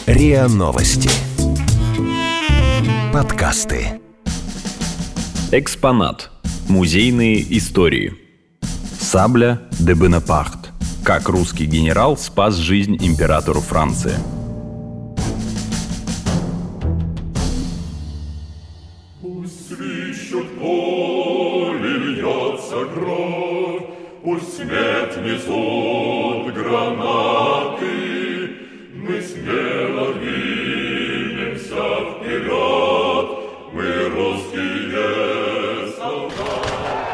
РИА Новости. Подкасты. Экспонат. Музейные истории. Сабля де Бонапарт. Как русский генерал спас жизнь императору Франции. Пусть свищут поле, льется кровь, пусть смерть несут гранаты, мы смело двинемся вперед, мы русские солдаты.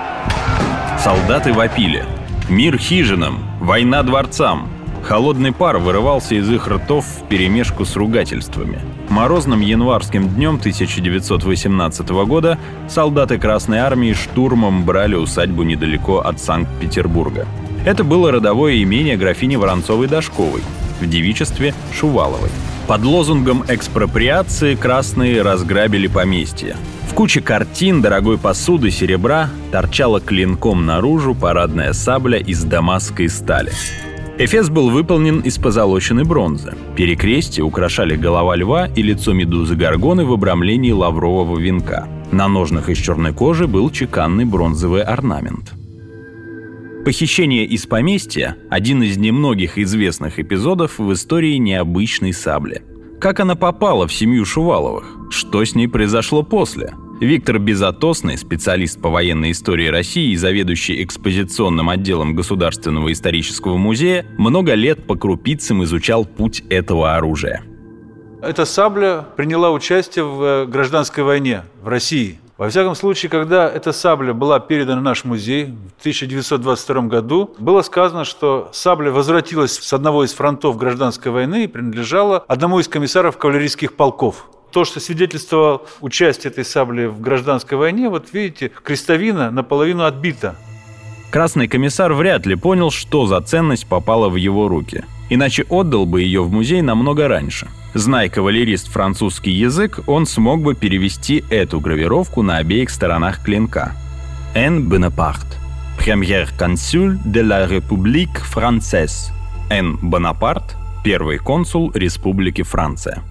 Солдаты вопили. Мир хижинам, война дворцам. Холодный пар вырывался из их ртов вперемешку с ругательствами. Морозным январским днем 1918 года солдаты Красной Армии штурмом брали усадьбу недалеко от Санкт-Петербурга. Это было родовое имение графини Воронцовой-Дашковой в девичестве Шуваловой. Под лозунгом экспроприации красные разграбили поместье. В куче картин, дорогой посуды, серебра торчала клинком наружу парадная сабля из дамасской стали. Эфес был выполнен из позолоченной бронзы. Перекрестие украшали голова льва и лицо медузы Горгоны в обрамлении лаврового венка. На ножнах из черной кожи был чеканный бронзовый орнамент. Похищение из поместья – один из немногих известных эпизодов в истории необычной сабли. Как она попала в семью Шуваловых? Что с ней произошло после? Виктор Безотосный, специалист по военной истории России и заведующий экспозиционным отделом Государственного исторического музея, много лет по крупицам изучал путь этого оружия. Эта сабля приняла участие в гражданской войне в России. Во всяком случае, когда эта сабля была передана в наш музей в 1922 году, было сказано, что сабля возвратилась с одного из фронтов гражданской войны и принадлежала одному из комиссаров кавалерийских полков. То, что свидетельствовало участие этой сабли в гражданской войне, вот видите, крестовина наполовину отбита. Красный комиссар вряд ли понял, что за ценность попала в его руки. Иначе отдал бы ее в музей намного раньше. Зная кавалерист французский язык, он смог бы перевести эту гравировку на обеих сторонах клинка. Н. Бонапарт. Premier consul de la République française. Н. Бонапарт. Первый консул Республики Франция.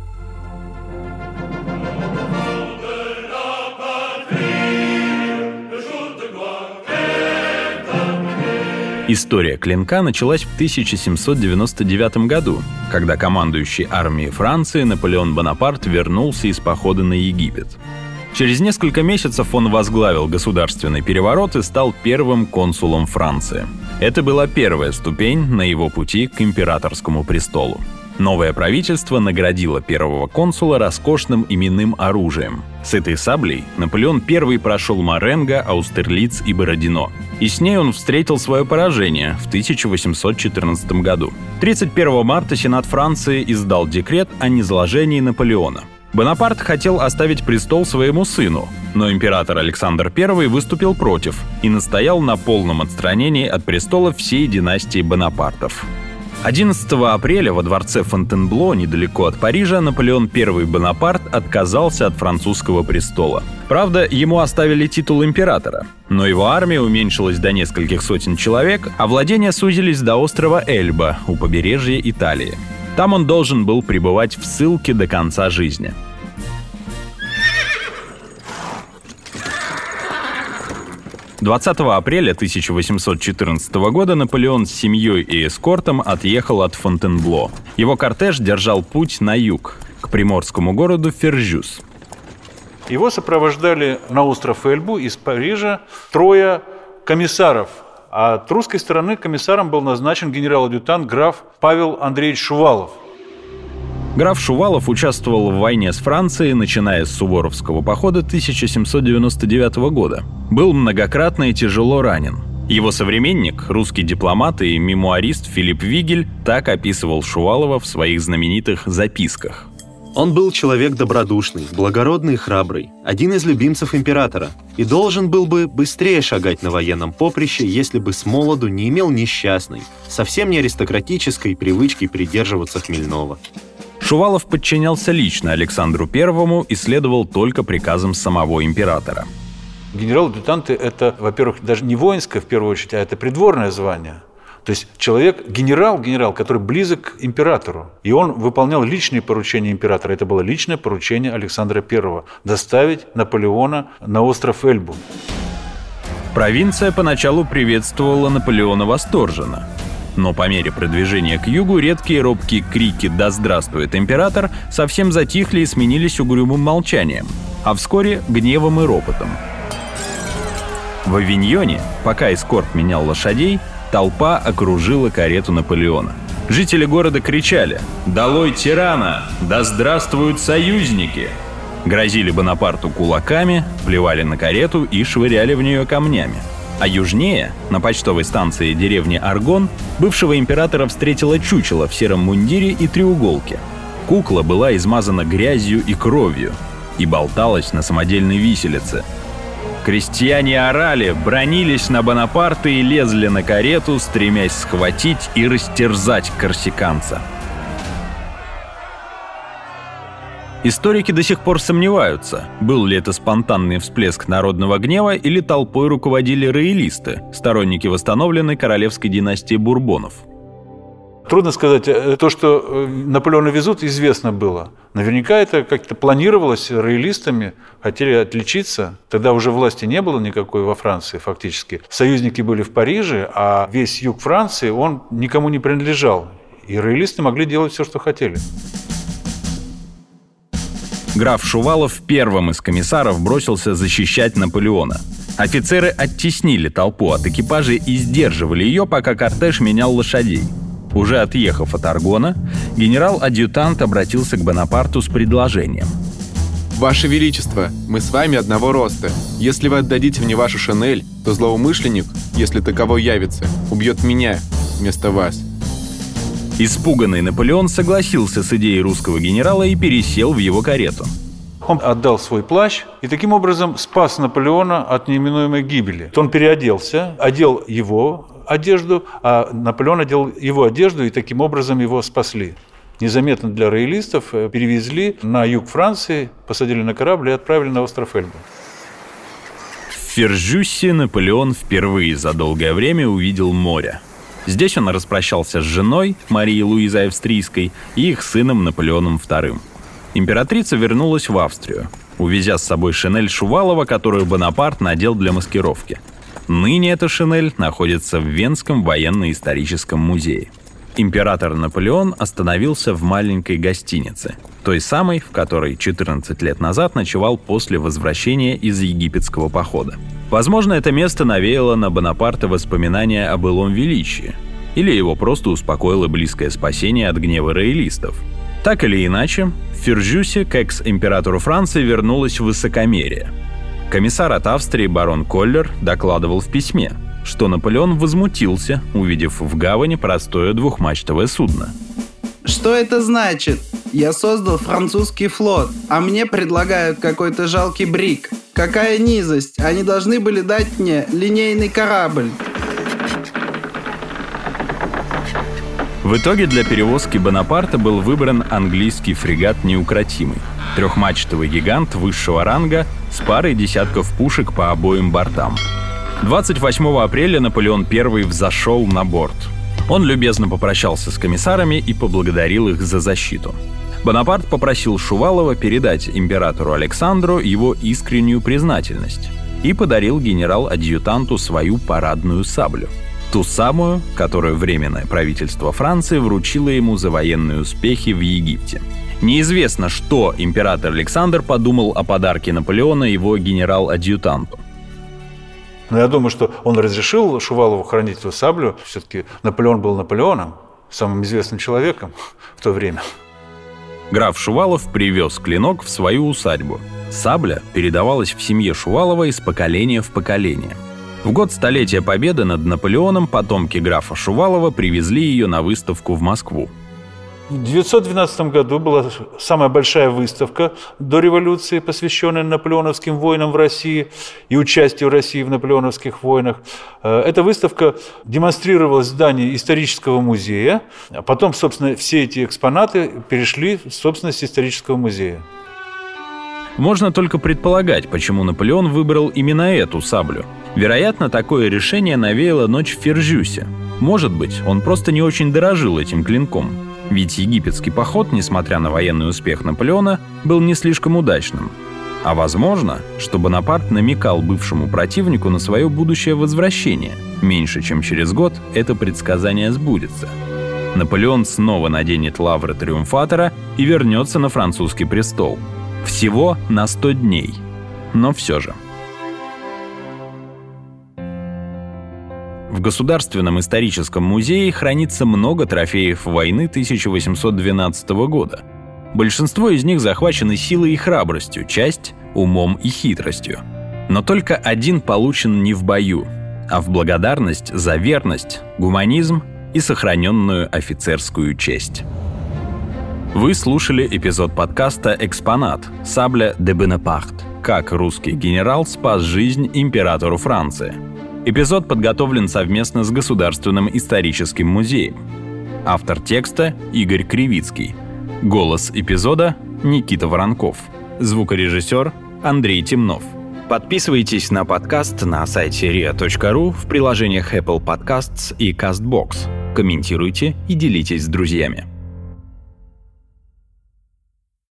История клинка началась в 1799 году, когда командующий армией Франции Наполеон Бонапарт вернулся из похода на Египет. Через несколько месяцев он возглавил государственный переворот и стал первым консулом Франции. Это была первая ступень на его пути к императорскому престолу. Новое правительство наградило первого консула роскошным именным оружием. С этой саблей Наполеон I прошел Маренго, Аустерлиц и Бородино. И с ней он встретил свое поражение в 1814 году. 31 марта Сенат Франции издал декрет о низложении Наполеона. Бонапарт хотел оставить престол своему сыну, но император Александр I выступил против и настоял на полном отстранении от престола всей династии Бонапартов. 11 апреля во дворце Фонтенбло, недалеко от Парижа, Наполеон I Бонапарт отказался от французского престола. Правда, ему оставили титул императора, но его армия уменьшилась до нескольких сотен человек, а владения сузились до острова Эльба у побережья Италии. Там он должен был пребывать в ссылке до конца жизни. — 20 апреля 1814 года Наполеон с семьей и эскортом отъехал от Фонтенбло. Его кортеж держал путь на юг, к приморскому городу Фержюс. Его сопровождали на остров Эльбу из Парижа 3 комиссаров. А от русской стороны комиссаром был назначен генерал-адъютант граф Павел Андреевич Шувалов. Граф Шувалов участвовал в войне с Францией, начиная с Суворовского похода 1799 года. Был многократно и тяжело ранен. Его современник, русский дипломат и мемуарист Филипп Вигель, так описывал Шувалова в своих знаменитых записках. Он был человек добродушный, благородный и храбрый, один из любимцев императора, и должен был бы быстрее шагать на военном поприще, если бы с молоду не имел несчастной, совсем не аристократической привычки придерживаться хмельного. Шувалов подчинялся лично Александру Первому и следовал только приказам самого императора. Генерал-адъютанты – это, во-первых, даже не воинское в первую очередь, а это придворное звание. То есть человек, генерал, который близок к императору. И он выполнял личные поручения императора. Это было личное поручение Александра I – доставить Наполеона на остров Эльбу. Провинция поначалу приветствовала Наполеона восторженно. Но по мере продвижения к югу редкие робкие крики «Да здравствует император!» совсем затихли и сменились угрюмым молчанием, а вскоре гневом и ропотом. В Авиньоне, пока эскорт менял лошадей, толпа окружила карету Наполеона. Жители города кричали «Долой тирана! Да здравствуют союзники!» Грозили Бонапарту кулаками, плевали на карету и швыряли в нее камнями. А южнее, на почтовой станции деревни Аргон, бывшего императора встретила чучело в сером мундире и треуголке. Кукла была измазана грязью и кровью и болталась на самодельной виселице. Крестьяне орали, бранились на Бонапарта и лезли на карету, стремясь схватить и растерзать корсиканца. Историки до сих пор сомневаются, был ли это спонтанный всплеск народного гнева или толпой руководили роялисты, сторонники восстановленной королевской династии Бурбонов. Трудно сказать. То, что Наполеона везут, известно было. Наверняка это как-то планировалось роялистами, хотели отличиться. Тогда уже власти не было никакой во Франции фактически. Союзники были в Париже, а весь юг Франции, он никому не принадлежал. И роялисты могли делать все, что хотели. Граф Шувалов первым из комиссаров бросился защищать Наполеона. Офицеры оттеснили толпу от экипажей и сдерживали ее, пока кортеж менял лошадей. Уже отъехав от Аргона, генерал-адъютант обратился к Бонапарту с предложением. «Ваше Величество, мы с вами одного роста. Если вы отдадите мне вашу шинель, то злоумышленник, если таковой явится, убьет меня вместо вас». Испуганный Наполеон согласился с идеей русского генерала и пересел в его карету. Он отдал свой плащ и таким образом спас Наполеона от неминуемой гибели. Он переоделся, одел его одежду, а Наполеон одел его одежду, и таким образом его спасли. Незаметно для роялистов перевезли на юг Франции, посадили на корабль и отправили на остров Эльбу. В Фержюссе Наполеон впервые за долгое время увидел море. Здесь он распрощался с женой, Марией Луизой Австрийской, и их сыном Наполеоном II. Императрица вернулась в Австрию, увезя с собой шинель Шувалова, которую Бонапарт надел для маскировки. Ныне эта шинель находится в Венском военно-историческом музее. Император Наполеон остановился в маленькой гостинице, той самой, в которой 14 лет назад ночевал после возвращения из египетского похода. Возможно, это место навеяло на Бонапарта воспоминания о былом величии, или его просто успокоило близкое спасение от гнева роялистов. Так или иначе, в Фержюссе к экс-императору Франции вернулось высокомерие. Комиссар от Австрии барон Коллер докладывал в письме, что Наполеон возмутился, увидев в гавани простое двухмачтовое судно. Что это значит? Я создал французский флот, а мне предлагают какой-то жалкий брик. Какая низость! Они должны были дать мне линейный корабль. В итоге для перевозки Бонапарта был выбран английский фрегат «Неукротимый». Трехмачтовый гигант высшего ранга с парой десятков пушек по обоим бортам. 28 апреля Наполеон I взошел на борт. Он любезно попрощался с комиссарами и поблагодарил их за защиту. Бонапарт попросил Шувалова передать императору Александру его искреннюю признательность и подарил генерал-адъютанту свою парадную саблю. Ту самую, которую Временное правительство Франции вручило ему за военные успехи в Египте. Неизвестно, что император Александр подумал о подарке Наполеона его генерал-адъютанту. Но я думаю, что он разрешил Шувалову хранить эту саблю. Все-таки Наполеон был Наполеоном, самым известным человеком в то время. Граф Шувалов привез клинок в свою усадьбу. Сабля передавалась в семье Шувалова из поколения в поколение. В год столетия Победы над Наполеоном потомки графа Шувалова привезли ее на выставку в Москву. В 1912 году была самая большая выставка до революции, посвященная наполеоновским войнам в России и участию России в наполеоновских войнах. Эта выставка демонстрировалась в здании исторического музея, а потом, собственно, все эти экспонаты перешли в собственность исторического музея. Можно только предполагать, почему Наполеон выбрал именно эту саблю. Вероятно, такое решение навеяло ночь в Фержюссе. Может быть, он просто не очень дорожил этим клинком. Ведь египетский поход, несмотря на военный успех Наполеона, был не слишком удачным. А возможно, что Бонапарт намекал бывшему противнику на свое будущее возвращение. Меньше чем через год это предсказание сбудется. Наполеон снова наденет лавры триумфатора и вернется на французский престол. Всего на 100 дней. Но все же. В Государственном историческом музее хранится много трофеев войны 1812 года. Большинство из них захвачены силой и храбростью, часть — умом и хитростью. Но только один получен не в бою, а в благодарность за верность, гуманизм и сохраненную офицерскую честь. Вы слушали эпизод подкаста «Экспонат. Сабля де Бонапарт. Как русский генерал спас жизнь императору Франции». Эпизод подготовлен совместно с Государственным историческим музеем. Автор текста — Игорь Кривицкий. Голос эпизода — Никита Воронков. Звукорежиссер — Андрей Темнов. Подписывайтесь на подкаст на сайте ria.ru, в приложениях Apple Podcasts и CastBox. Комментируйте и делитесь с друзьями.